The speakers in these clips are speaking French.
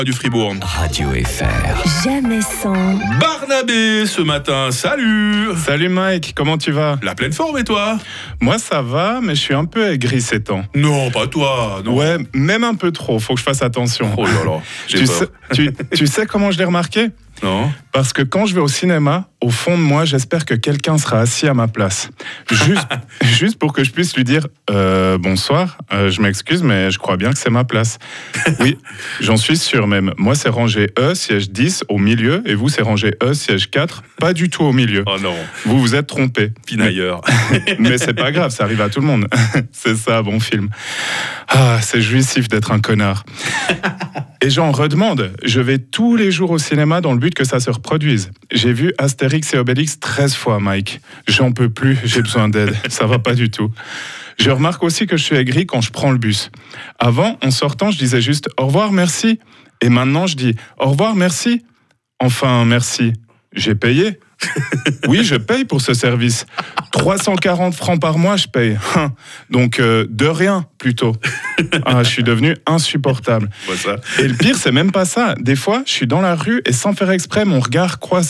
Du Fribourg. Radio FR. Jamais sans. Barnabé ce matin, salut. Salut Mike, comment tu vas? La pleine forme et toi? Moi ça va, mais je suis un peu aigri ces temps. Non, pas toi. Non. Ouais, même un peu trop, faut que je fasse attention. Oh là là, j'ai peur. Tu sais comment je l'ai remarqué? Non. Parce que quand je vais au cinéma, au fond de moi, j'espère que quelqu'un sera assis à ma place. Juste pour que je puisse lui dire bonsoir, je m'excuse, mais je crois bien que c'est ma place. Oui, j'en suis sûr même. Moi, c'est rangé E, siège 10, au milieu, et vous, c'est rangé E, siège 4, pas du tout au milieu. Oh non. Vous vous êtes trompé. Pinailleur. Mais c'est pas grave, ça arrive à tout le monde. C'est ça, bon film. Ah, c'est jouissif d'être un connard. Et j'en redemande. Je vais tous les jours au cinéma dans le but que ça se reproduise. J'ai vu Astérix et Obélix 13 fois, Mike. J'en peux plus, j'ai besoin d'aide. Ça va pas du tout. Je remarque aussi que je suis aigri quand je prends le bus. Avant, en sortant, je disais juste « au revoir, merci ». Et maintenant, je dis « au revoir, merci ». Enfin, merci. J'ai payé. Oui, je paye pour ce service. 340 francs par mois, je paye. Donc, de rien, plutôt. Ah, je suis devenu insupportable. Ça. Et le pire, c'est même pas ça. Des fois, je suis dans la rue et sans faire exprès, mon regard croise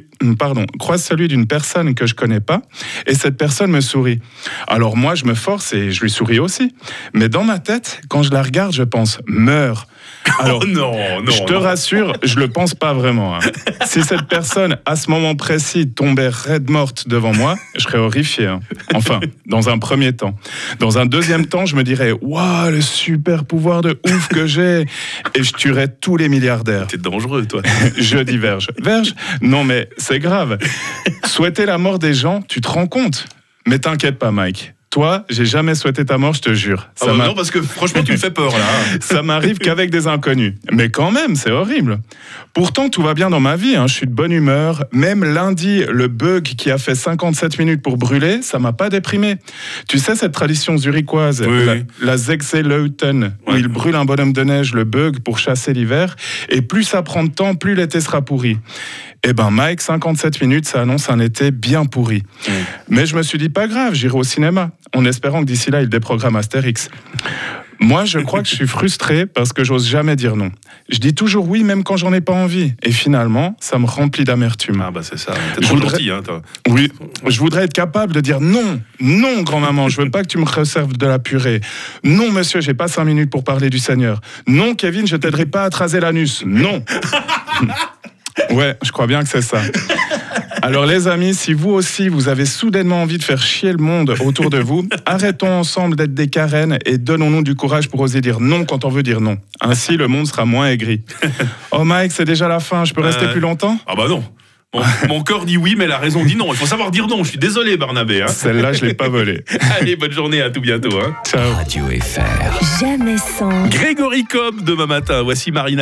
celui d'une personne que je connais pas et cette personne me sourit. Alors moi, je me force et je lui souris aussi. Mais dans ma tête, quand je la regarde, je pense « meurs ». Alors, non, je te rassure, je le pense pas vraiment. Hein. Si cette personne, à ce moment précis, tombait raide morte devant moi, je serais horrifié. Hein. Enfin, dans un premier temps. Dans un deuxième temps, je me dirais « waouh, le super pouvoir de ouf que j'ai !» Et je tuerais tous les milliardaires. T'es dangereux, toi. Je diverge. Verge ? Non, mais c'est grave. Souhaiter la mort des gens, tu te rends compte ? Mais t'inquiète pas, Mike. Toi, j'ai jamais souhaité ta mort, je te jure. Non, parce que franchement, tu me fais peur, là. Ça m'arrive qu'avec des inconnus. Mais quand même, c'est horrible. Pourtant, tout va bien dans ma vie. Hein. Je suis de bonne humeur. Même lundi, le bug qui a fait 57 minutes pour brûler, ça m'a pas déprimé. Tu sais, cette tradition zurichoise, oui. la Sechseleuten, où il brûle un bonhomme de neige, le bug, pour chasser l'hiver. Et plus ça prend de temps, plus l'été sera pourri. Eh ben Mike, 57 minutes, ça annonce un été bien pourri. Mais je me suis dit, pas grave, j'irai au cinéma, en espérant que d'ici là, il déprogramme Astérix. Moi, je crois que je suis frustré parce que j'ose jamais dire non. Je dis toujours oui, même quand j'en ai pas envie. Et finalement, ça me remplit d'amertume. Ah bah c'est ça, t'es trop gentil, hein, toi. Oui, je voudrais être capable de dire non, non, grand-maman, je veux pas que tu me réserves de la purée. Non, monsieur, j'ai pas 5 minutes pour parler du Seigneur. Non, Kevin, je t'aiderai pas à te raser l'anus. Non. Ouais, je crois bien que c'est ça. Alors les amis, si vous aussi, vous avez soudainement envie de faire chier le monde autour de vous, arrêtons ensemble d'être des Karen et donnons-nous du courage pour oser dire non quand on veut dire non. Ainsi, le monde sera moins aigri. Oh Mike, c'est déjà la fin, je peux rester plus longtemps ? Ah bah non. Mon corps dit oui, mais la raison dit non. Il faut savoir dire non. Je suis désolé, Barnabé. Hein. Celle-là, je l'ai pas volée. Allez, bonne journée, à tout bientôt. Hein. Ciao. Radio FR. Jamais sans. Grégory Cobb demain matin. Voici Marina.